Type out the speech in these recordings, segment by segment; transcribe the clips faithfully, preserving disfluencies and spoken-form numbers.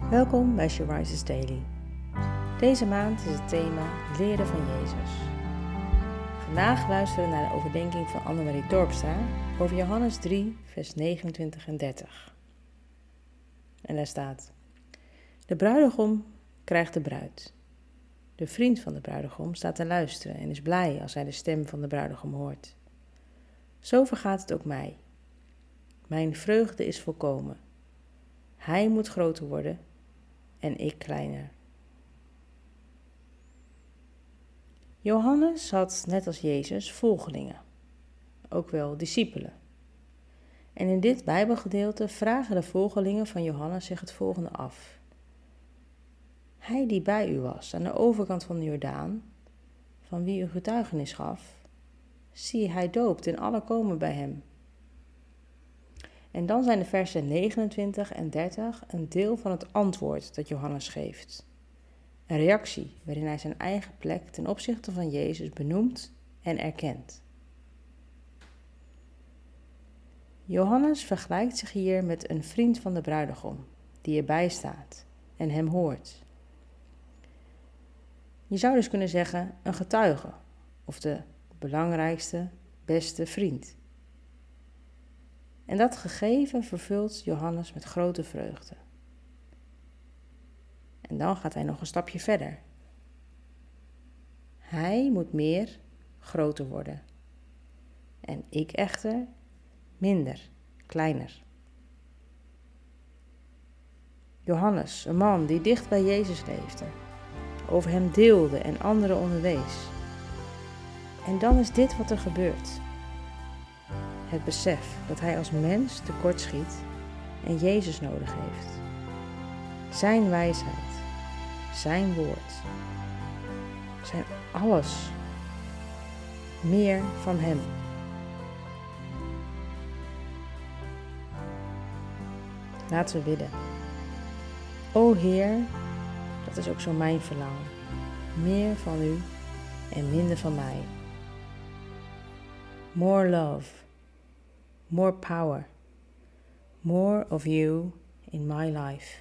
Welkom bij She Rises Daily. Deze maand is het thema Leren van Jezus. Vandaag luisteren we naar de overdenking van Annemarie Dorpstra over Johannes drie, vers negenentwintig en dertig. En daar staat: De bruidegom krijgt de bruid. De vriend van de bruidegom staat te luisteren en is blij als hij de stem van de bruidegom hoort. Zo vergaat het ook mij. Mijn vreugde is volkomen. Hij moet groter worden en ik kleiner. Johannes had, net als Jezus, volgelingen, ook wel discipelen. En in dit Bijbelgedeelte vragen de volgelingen van Johannes zich het volgende af. Hij die bij u was, aan de overkant van de Jordaan, van wie u getuigenis gaf, zie, hij doopt en alle komen bij hem. En dan zijn de versen negenentwintig en dertig een deel van het antwoord dat Johannes geeft. Een reactie waarin hij zijn eigen plek ten opzichte van Jezus benoemt en erkent. Johannes vergelijkt zich hier met een vriend van de bruidegom, die erbij staat en hem hoort. Je zou dus kunnen zeggen een getuige, of de belangrijkste, beste vriend. En dat gegeven vervult Johannes met grote vreugde. En dan gaat hij nog een stapje verder. Hij moet meer, groter worden. En ik echter minder, kleiner. Johannes, een man die dicht bij Jezus leefde, over hem deelde en anderen onderwees. En dan is dit wat er gebeurt. Het besef dat hij als mens tekortschiet en Jezus nodig heeft. Zijn wijsheid, zijn woord, zijn alles, meer van hem. Laten we bidden. O Heer, dat is ook zo mijn verlangen. Meer van u en minder van mij. More love. More power, more of you in my life.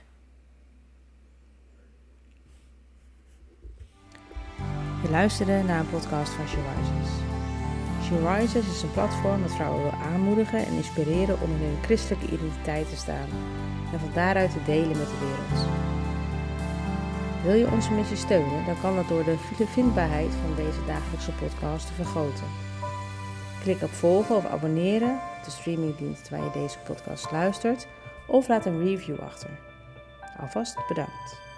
Je luisterde naar een podcast van She Rises. She Rises is een platform dat vrouwen wil aanmoedigen en inspireren om in hun christelijke identiteit te staan en van daaruit te delen met de wereld. Wil je onze missie steunen, dan kan dat door de vindbaarheid van deze dagelijkse podcast te vergroten. Klik op volgen of abonneren op de streamingdienst waar je deze podcast luistert of laat een review achter. Alvast bedankt.